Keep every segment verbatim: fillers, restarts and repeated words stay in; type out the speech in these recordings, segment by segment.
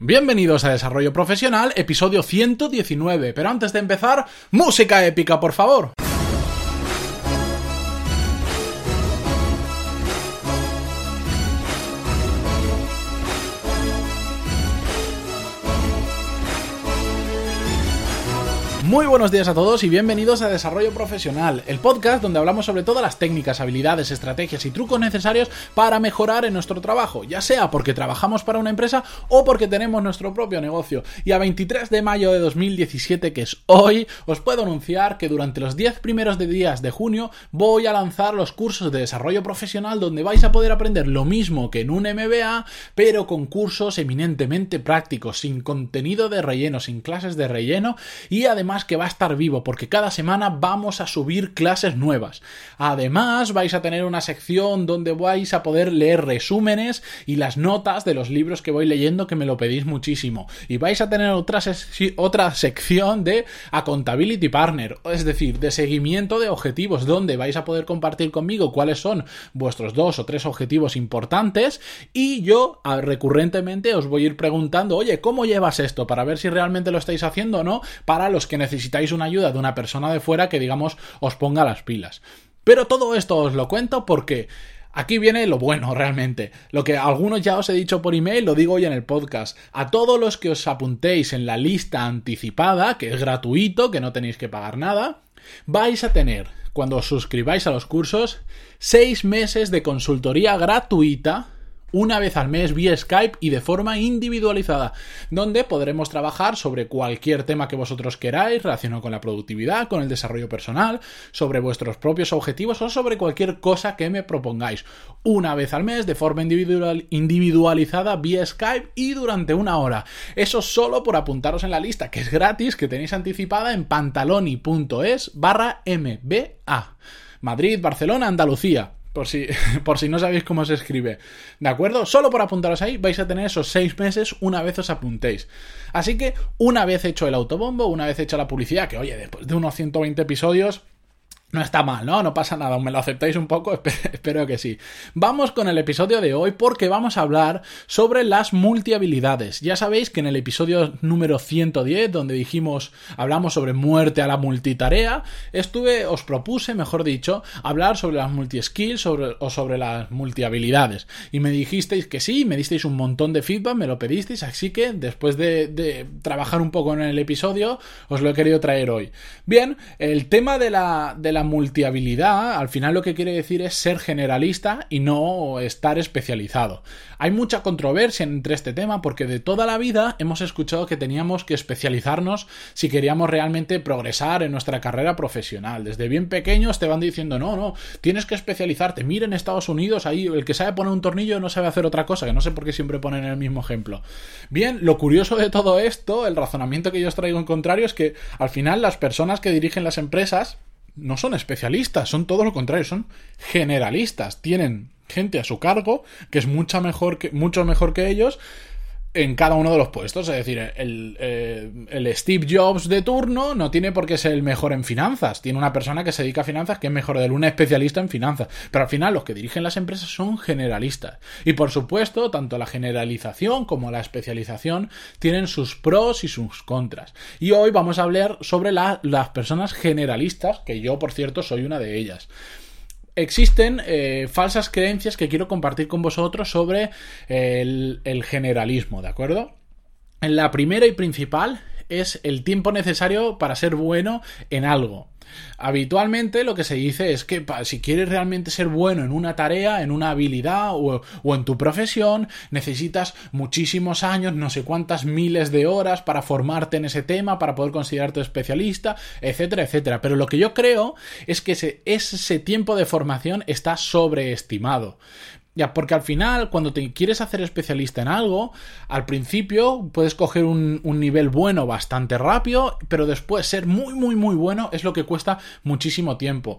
Bienvenidos a Desarrollo Profesional, episodio ciento diecinueve. Pero antes de empezar, música épica, por favor. Muy buenos días a todos y bienvenidos a Desarrollo Profesional, el podcast donde hablamos sobre todas las técnicas, habilidades, estrategias y trucos necesarios para mejorar en nuestro trabajo, ya sea porque trabajamos para una empresa o porque tenemos nuestro propio negocio. Y a veintitrés de mayo de dos mil diecisiete, que es hoy, os puedo anunciar que durante los diez primeros días de junio voy a lanzar los cursos de Desarrollo Profesional donde vais a poder aprender lo mismo que en un M B A, pero con cursos eminentemente prácticos, sin contenido de relleno, sin clases de relleno y además que va a estar vivo porque cada semana vamos a subir clases nuevas. Además vais a tener una sección donde vais a poder leer resúmenes y las notas de los libros que voy leyendo, que me lo pedís muchísimo, y vais a tener otra, se- otra sección de Accountability Partner, es decir, de seguimiento de objetivos, donde vais a poder compartir conmigo cuáles son vuestros dos o tres objetivos importantes y yo recurrentemente os voy a ir preguntando, oye, ¿cómo llevas esto? Para ver si realmente lo estáis haciendo o no, para los que necesitáis una ayuda de una persona de fuera que, digamos, os ponga las pilas. Pero todo esto os lo cuento porque aquí viene lo bueno realmente. Lo que algunos ya os he dicho por email, lo digo hoy en el podcast. A todos los que os apuntéis en la lista anticipada, que es gratuito, que no tenéis que pagar nada, vais a tener, cuando os suscribáis a los cursos, seis meses de consultoría gratuita, una vez al mes vía Skype y de forma individualizada, donde podremos trabajar sobre cualquier tema que vosotros queráis relacionado con la productividad, con el desarrollo personal, sobre vuestros propios objetivos o sobre cualquier cosa que me propongáis. Una vez al mes de forma individual, individualizada vía Skype y durante una hora. Eso solo por apuntaros en la lista, que es gratis, que tenéis anticipada en pantaloni.es barra MBA. Madrid, Barcelona, Andalucía. Por si, por si no sabéis cómo se escribe. ¿De acuerdo? Solo por apuntaros ahí vais a tener esos seis meses una vez os apuntéis. Así que una vez hecho el autobombo, una vez hecha la publicidad, que oye, después de unos ciento veinte episodios no está mal, ¿no? No pasa nada, me lo aceptáis un poco, espero que sí. Vamos con el episodio de hoy porque vamos a hablar sobre las multihabilidades. Ya sabéis que en el episodio número ciento diez, donde dijimos, hablamos sobre muerte a la multitarea, estuve, os propuse, mejor dicho, hablar sobre las multi-skills sobre, o sobre las multihabilidades. Y me dijisteis que sí, me disteis un montón de feedback, me lo pedisteis, así que después de, de trabajar un poco en el episodio, os lo he querido traer hoy. Bien, el tema de la, de la multihabilidad, al final lo que quiere decir es ser generalista y no estar especializado. Hay mucha controversia entre este tema porque de toda la vida hemos escuchado que teníamos que especializarnos si queríamos realmente progresar en nuestra carrera profesional. Desde bien pequeños te van diciendo, no, no, tienes que especializarte. Mira en Estados Unidos, ahí el que sabe poner un tornillo no sabe hacer otra cosa, que no sé por qué siempre ponen el mismo ejemplo. Bien, lo curioso de todo esto, el razonamiento que yo os traigo en contrario es que al final las personas que dirigen las empresas no son especialistas, son todo lo contrario, son generalistas. Tienen gente a su cargo que es mucha mejor que, mucho mejor que ellos en cada uno de los puestos. Es decir, el, el, el Steve Jobs de turno no tiene por qué ser el mejor en finanzas. Tiene una persona que se dedica a finanzas que es mejor de él, un especialista en finanzas. Pero al final los que dirigen las empresas son generalistas. Y por supuesto, tanto la generalización como la especialización tienen sus pros y sus contras. Y hoy vamos a hablar sobre la, las personas generalistas, que yo, por cierto, soy una de ellas. Existen eh, falsas creencias que quiero compartir con vosotros sobre el, el generalismo, ¿de acuerdo? La primera y principal es el tiempo necesario para ser bueno en algo. Habitualmente lo que se dice es que si quieres realmente ser bueno en una tarea, en una habilidad o, o en tu profesión, necesitas muchísimos años, no sé cuántas miles de horas para formarte en ese tema, para poder considerarte especialista, etcétera, etcétera. Pero lo que yo creo es que ese, ese tiempo de formación está sobreestimado. Ya, porque al final, cuando te quieres hacer especialista en algo, al principio puedes coger un, un nivel bueno bastante rápido, pero después ser muy, muy, muy bueno es lo que cuesta muchísimo tiempo.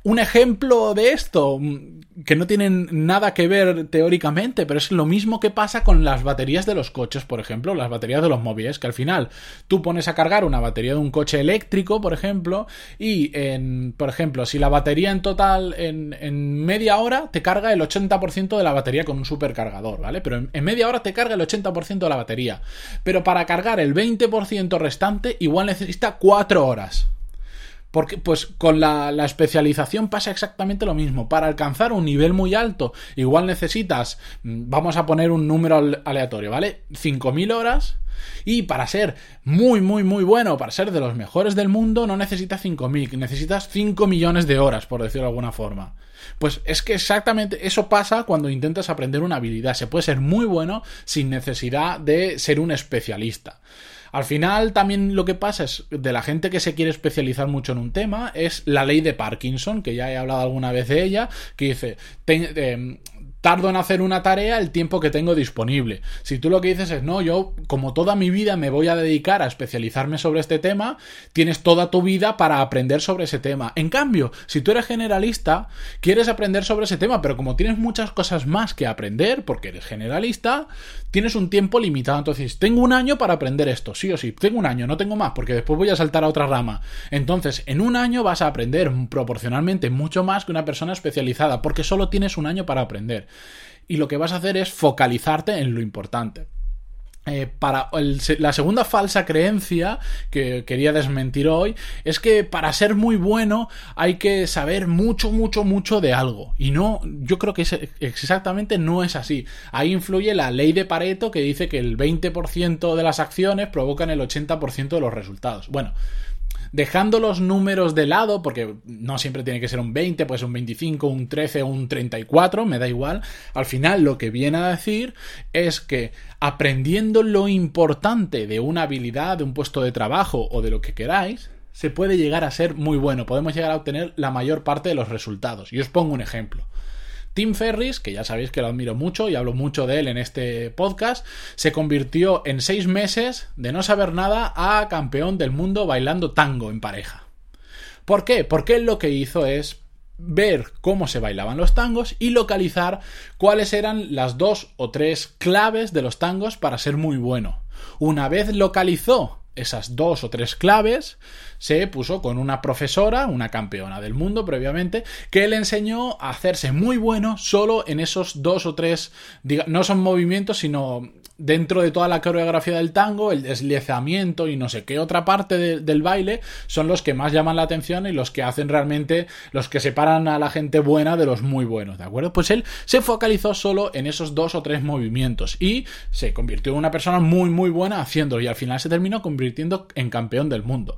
Un ejemplo de esto, que no tienen nada que ver teóricamente, pero es lo mismo que pasa con las baterías de los coches, por ejemplo, las baterías de los móviles, que al final tú pones a cargar una batería de un coche eléctrico, por ejemplo, y, en, por ejemplo, si la batería en total en, en media hora te carga el ochenta por ciento de la batería con un supercargador, ¿vale? Pero en, en media hora te carga el ochenta por ciento de la batería. Pero para cargar el veinte por ciento restante, igual necesita cuatro horas. Porque, pues, con la, la especialización pasa exactamente lo mismo. Para alcanzar un nivel muy alto, igual necesitas, vamos a poner un número aleatorio, ¿vale? cinco mil horas. Y para ser muy, muy, muy bueno, para ser de los mejores del mundo, no necesitas cinco mil, necesitas cinco millones de horas, por decirlo de alguna forma. Pues es que exactamente eso pasa cuando intentas aprender una habilidad. Se puede ser muy bueno sin necesidad de ser un especialista. Al final también lo que pasa es, de la gente que se quiere especializar mucho en un tema, es la ley de Parkinson, que ya he hablado alguna vez de ella, que dice, te, eh, tardo en hacer una tarea el tiempo que tengo disponible. Si tú lo que dices es, no, yo como toda mi vida me voy a dedicar a especializarme sobre este tema, tienes toda tu vida para aprender sobre ese tema. En cambio, si tú eres generalista, quieres aprender sobre ese tema, pero como tienes muchas cosas más que aprender, porque eres generalista, tienes un tiempo limitado. Entonces, tengo un año para aprender esto, sí o sí, tengo un año, no tengo más, porque después voy a saltar a otra rama. Entonces, en un año vas a aprender proporcionalmente mucho más que una persona especializada, porque solo tienes un año para aprender. Y lo que vas a hacer es focalizarte en lo importante. Eh, para el, la segunda falsa creencia que quería desmentir hoy es que para ser muy bueno hay que saber mucho, mucho, mucho de algo. Y no, yo creo que es, exactamente no es así. Ahí influye la ley de Pareto, que dice que el veinte por ciento de las acciones provocan el ochenta por ciento de los resultados. Bueno, dejando los números de lado, porque no siempre tiene que ser un veinte, puede ser un veinticinco, un trece o un treinta y cuatro, me da igual. Al final lo que viene a decir es que aprendiendo lo importante de una habilidad, de un puesto de trabajo o de lo que queráis, se puede llegar a ser muy bueno. Podemos llegar a obtener la mayor parte de los resultados. Y os pongo un ejemplo. Tim Ferriss, que ya sabéis que lo admiro mucho y hablo mucho de él en este podcast, se convirtió en seis meses de no saber nada a campeón del mundo bailando tango en pareja. ¿Por qué? Porque él lo que hizo es ver cómo se bailaban los tangos y localizar cuáles eran las dos o tres claves de los tangos para ser muy bueno. Una vez localizó esas dos o tres claves, se puso con una profesora, una campeona del mundo previamente, que le enseñó a hacerse muy bueno solo en esos dos o tres, diga, no son movimientos, sino dentro de toda la coreografía del tango, el deslizamiento y no sé qué otra parte de, del baile son los que más llaman la atención y los que hacen realmente, los que separan a la gente buena de los muy buenos, ¿de acuerdo? Pues él se focalizó solo en esos dos o tres movimientos y se convirtió en una persona muy muy buena haciéndolo y al final se terminó convirtiendo en campeón del mundo.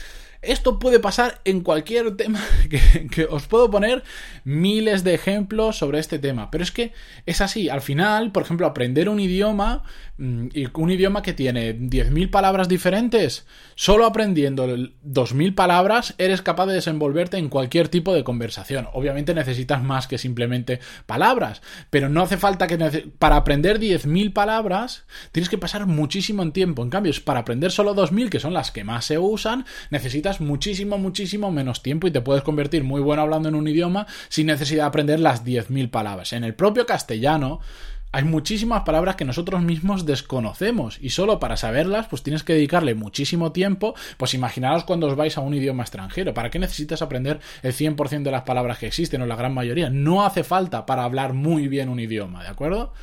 Esto puede pasar en cualquier tema, que, que os puedo poner miles de ejemplos sobre este tema, pero es que es así. Al final, por ejemplo, aprender un idioma, y un idioma que tiene diez mil palabras diferentes, solo aprendiendo dos mil palabras eres capaz de desenvolverte en cualquier tipo de conversación. Obviamente necesitas más que simplemente palabras, pero no hace falta que... Nece- para aprender diez mil palabras tienes que pasar muchísimo en tiempo. En cambio, para aprender solo dos mil, que son las que más se usan, necesitas muchísimo, muchísimo menos tiempo y te puedes convertir muy bueno hablando en un idioma sin necesidad de aprender las diez mil palabras. En el propio castellano hay muchísimas palabras que nosotros mismos desconocemos y solo para saberlas pues tienes que dedicarle muchísimo tiempo. Pues imaginaos cuando os vais a un idioma extranjero. ¿Para qué necesitas aprender el cien por ciento de las palabras que existen o la gran mayoría? No hace falta para hablar muy bien un idioma, ¿de acuerdo?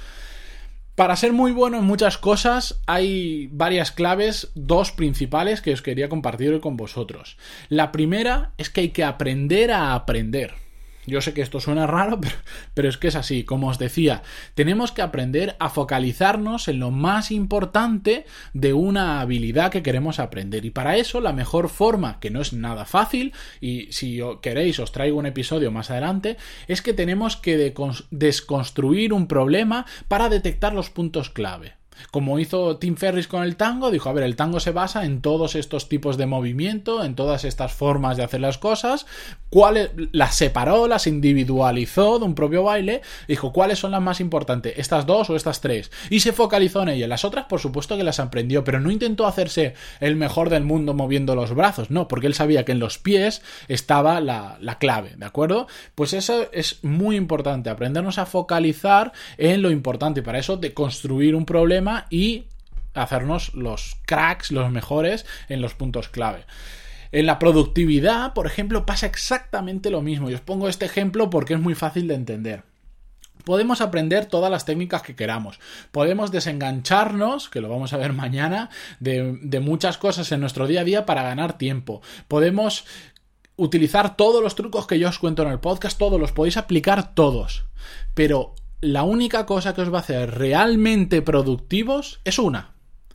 Para ser muy bueno en muchas cosas hay varias claves, dos principales que os quería compartir hoy con vosotros. La primera es que hay que aprender a aprender. Yo sé que esto suena raro, pero, pero es que es así. Como os decía, tenemos que aprender a focalizarnos en lo más importante de una habilidad que queremos aprender. Y para eso la mejor forma, que no es nada fácil, y si queréis os traigo un episodio más adelante, es que tenemos que desconstruir un problema para detectar los puntos clave. Como hizo Tim Ferriss con el tango, dijo, a ver, el tango se basa en todos estos tipos de movimiento, en todas estas formas de hacer las cosas, cuáles las separó, las individualizó de un propio baile, dijo, ¿cuáles son las más importantes? ¿Estas dos o estas tres? Y se focalizó en ellas. Las otras, por supuesto que las aprendió, pero no intentó hacerse el mejor del mundo moviendo los brazos, no, porque él sabía que en los pies estaba la, la clave, ¿de acuerdo? Pues eso es muy importante, aprendernos a focalizar en lo importante, y para eso de construir un problema y hacernos los cracks, los mejores en los puntos clave. En la productividad, por ejemplo, pasa exactamente lo mismo, y os pongo este ejemplo porque es muy fácil de entender. Podemos aprender todas las técnicas que queramos, podemos desengancharnos, que lo vamos a ver mañana, de, de muchas cosas en nuestro día a día para ganar tiempo, podemos utilizar todos los trucos que yo os cuento en el podcast, todos los podéis aplicar todos, pero la única cosa que os va a hacer realmente productivos es una,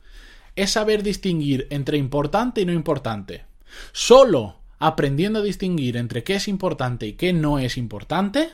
es saber distinguir entre importante y no importante. Solo aprendiendo a distinguir entre qué es importante y qué no es importante,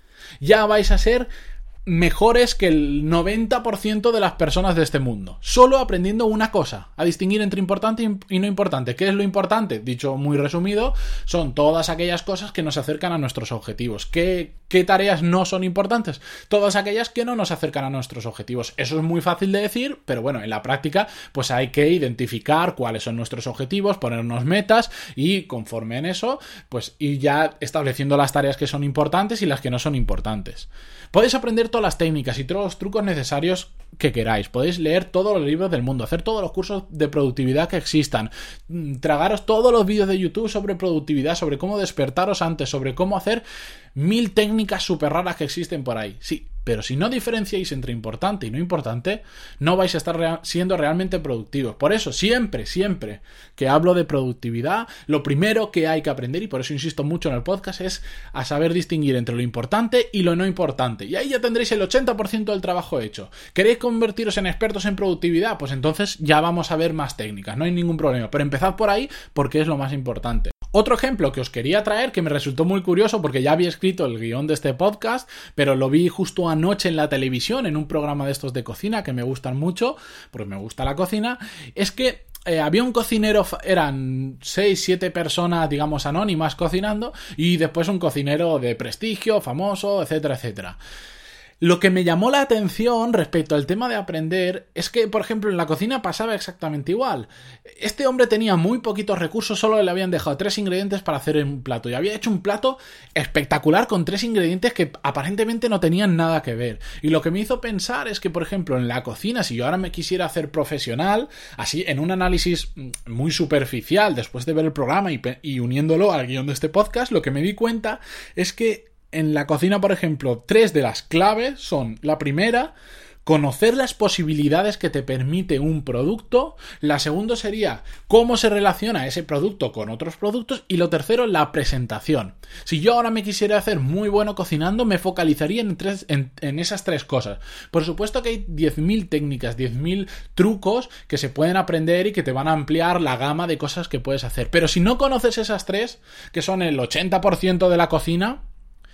ya vais a ser mejores que el noventa por ciento de las personas de este mundo. Solo aprendiendo una cosa, a distinguir entre importante y no importante. ¿Qué es lo importante? Dicho muy resumido, son todas aquellas cosas que nos acercan a nuestros objetivos. ¿Qué, qué tareas no son importantes? Todas aquellas que no nos acercan a nuestros objetivos. Eso es muy fácil de decir, pero bueno, en la práctica pues hay que identificar cuáles son nuestros objetivos, ponernos metas y conforme en eso, pues ir ya estableciendo las tareas que son importantes y las que no son importantes. Podéis aprender todas las técnicas y todos los trucos necesarios que queráis. Podéis leer todos los libros del mundo, hacer todos los cursos de productividad que existan, tragaros todos los vídeos de YouTube sobre productividad, sobre cómo despertaros antes, sobre cómo hacer mil técnicas súper raras que existen por ahí. Sí, pero si no diferenciáis entre importante y no importante, no vais a estar rea- siendo realmente productivos. Por eso, siempre, siempre que hablo de productividad, lo primero que hay que aprender, y por eso insisto mucho en el podcast, es a saber distinguir entre lo importante y lo no importante. Y ahí ya tendréis el ochenta por ciento del trabajo hecho. ¿Queréis convertiros en expertos en productividad? Pues entonces ya vamos a ver más técnicas, no hay ningún problema. Pero empezad por ahí porque es lo más importante. Otro ejemplo que os quería traer, que me resultó muy curioso porque ya había escrito el guión de este podcast, pero lo vi justo anoche en la televisión, en un programa de estos de cocina que me gustan mucho, porque me gusta la cocina, es que eh, había un cocinero, eran seis, siete personas, digamos, anónimas cocinando, y después un cocinero de prestigio, famoso, etcétera, etcétera. Lo que me llamó la atención respecto al tema de aprender es que, por ejemplo, en la cocina pasaba exactamente igual. Este hombre tenía muy poquitos recursos, solo le habían dejado tres ingredientes para hacer un plato. Y había hecho un plato espectacular con tres ingredientes que aparentemente no tenían nada que ver. Y lo que me hizo pensar es que, por ejemplo, en la cocina, si yo ahora me quisiera hacer profesional, así en un análisis muy superficial, después de ver el programa y, y uniéndolo al guión de este podcast, lo que me di cuenta es que en la cocina, por ejemplo, tres de las claves son: la primera, conocer las posibilidades que te permite un producto; la segunda sería cómo se relaciona ese producto con otros productos; y lo tercero, la presentación. Si yo ahora me quisiera hacer muy bueno cocinando, me focalizaría en, tres, en, en esas tres cosas. Por supuesto que hay diez mil técnicas, diez mil trucos que se pueden aprender y que te van a ampliar la gama de cosas que puedes hacer. Pero si no conoces esas tres, que son el ochenta por ciento de la cocina,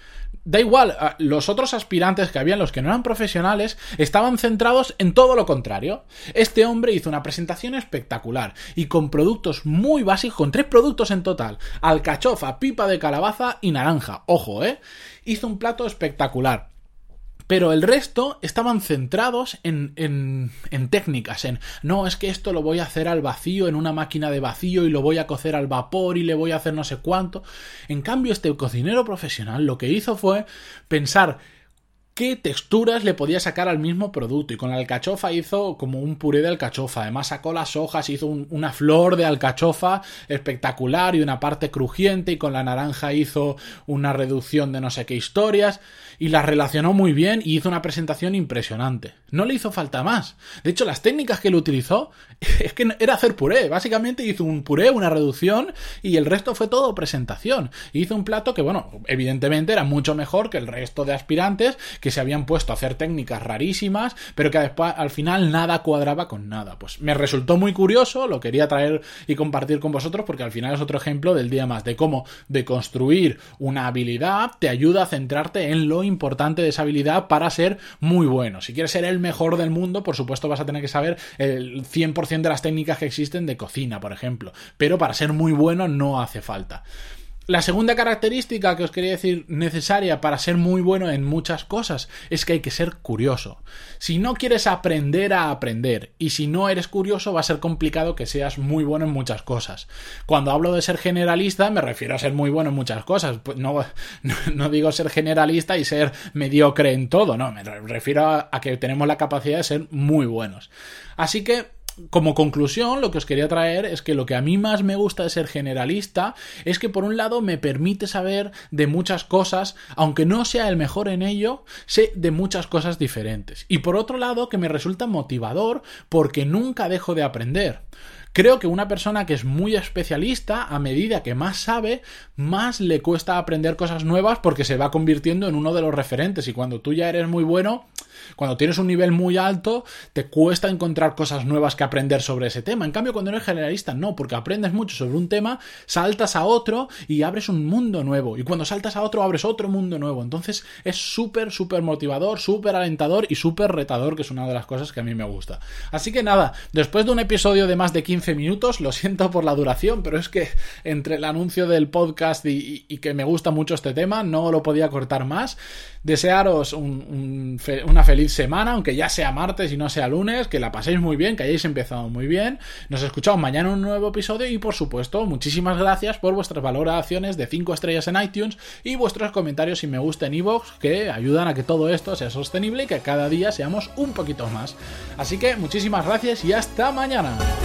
da igual, los otros aspirantes que habían, los que no eran profesionales, estaban centrados en todo lo contrario. Este hombre hizo una presentación espectacular y con productos muy básicos, con tres productos en total: alcachofa, pipa de calabaza y naranja. Ojo, ¿eh? Hizo un plato espectacular. Pero el resto estaban centrados en, en, en técnicas, en no, es que esto lo voy a hacer al vacío, en una máquina de vacío, y lo voy a cocer al vapor y le voy a hacer no sé cuánto. En cambio, este cocinero profesional lo que hizo fue pensar qué texturas le podía sacar al mismo producto, y con la alcachofa hizo como un puré de alcachofa. Además sacó las hojas, hizo un, una flor de alcachofa espectacular y una parte crujiente, y con la naranja hizo una reducción de no sé qué historias, y las relacionó muy bien y hizo una presentación impresionante. No le hizo falta más. De hecho, las técnicas que él utilizó es que era hacer puré. Básicamente hizo un puré, una reducción, y el resto fue todo presentación. Y hizo un plato que, bueno, evidentemente era mucho mejor que el resto de aspirantes, que que se habían puesto a hacer técnicas rarísimas, pero que después al final nada cuadraba con nada. Pues me resultó muy curioso, lo quería traer y compartir con vosotros porque al final es otro ejemplo del día más, de cómo de construir una habilidad te ayuda a centrarte en lo importante de esa habilidad para ser muy bueno. Si quieres ser el mejor del mundo, por supuesto vas a tener que saber el cien por ciento de las técnicas que existen de cocina, por ejemplo, pero para ser muy bueno no hace falta. La segunda característica que os quería decir necesaria para ser muy bueno en muchas cosas es que hay que ser curioso. Si no quieres aprender a aprender y si no eres curioso va a ser complicado que seas muy bueno en muchas cosas. Cuando hablo de ser generalista me refiero a ser muy bueno en muchas cosas. No, no, no digo ser generalista y ser mediocre en todo, no, me refiero a, a que tenemos la capacidad de ser muy buenos. Así que como conclusión, lo que os quería traer es que lo que a mí más me gusta de ser generalista es que por un lado me permite saber de muchas cosas, aunque no sea el mejor en ello, sé de muchas cosas diferentes. Y por otro lado que me resulta motivador porque nunca dejo de aprender. Creo que una persona que es muy especialista, a medida que más sabe, más le cuesta aprender cosas nuevas porque se va convirtiendo en uno de los referentes. Y cuando tú ya eres muy bueno, cuando tienes un nivel muy alto, te cuesta encontrar cosas nuevas que aprender sobre ese tema. En cambio, cuando eres generalista, no, porque aprendes mucho sobre un tema, saltas a otro y abres un mundo nuevo. Y cuando saltas a otro, abres otro mundo nuevo. Entonces es súper, súper motivador, súper alentador y súper retador, que es una de las cosas que a mí me gusta. Así que nada, después de un episodio de más de quince minutos, lo siento por la duración, pero es que entre el anuncio del podcast y, y, y que me gusta mucho este tema, no lo podía cortar más. Desearos un, un fe, una feliz semana, aunque ya sea martes y no sea lunes, que la paséis muy bien, que hayáis empezado muy bien. Nos escuchamos mañana en un nuevo episodio y por supuesto, muchísimas gracias por vuestras valoraciones de cinco estrellas en iTunes y vuestros comentarios y me gusta en iVoox, que ayudan a que todo esto sea sostenible y que cada día seamos un poquito más. Así que muchísimas gracias y hasta mañana.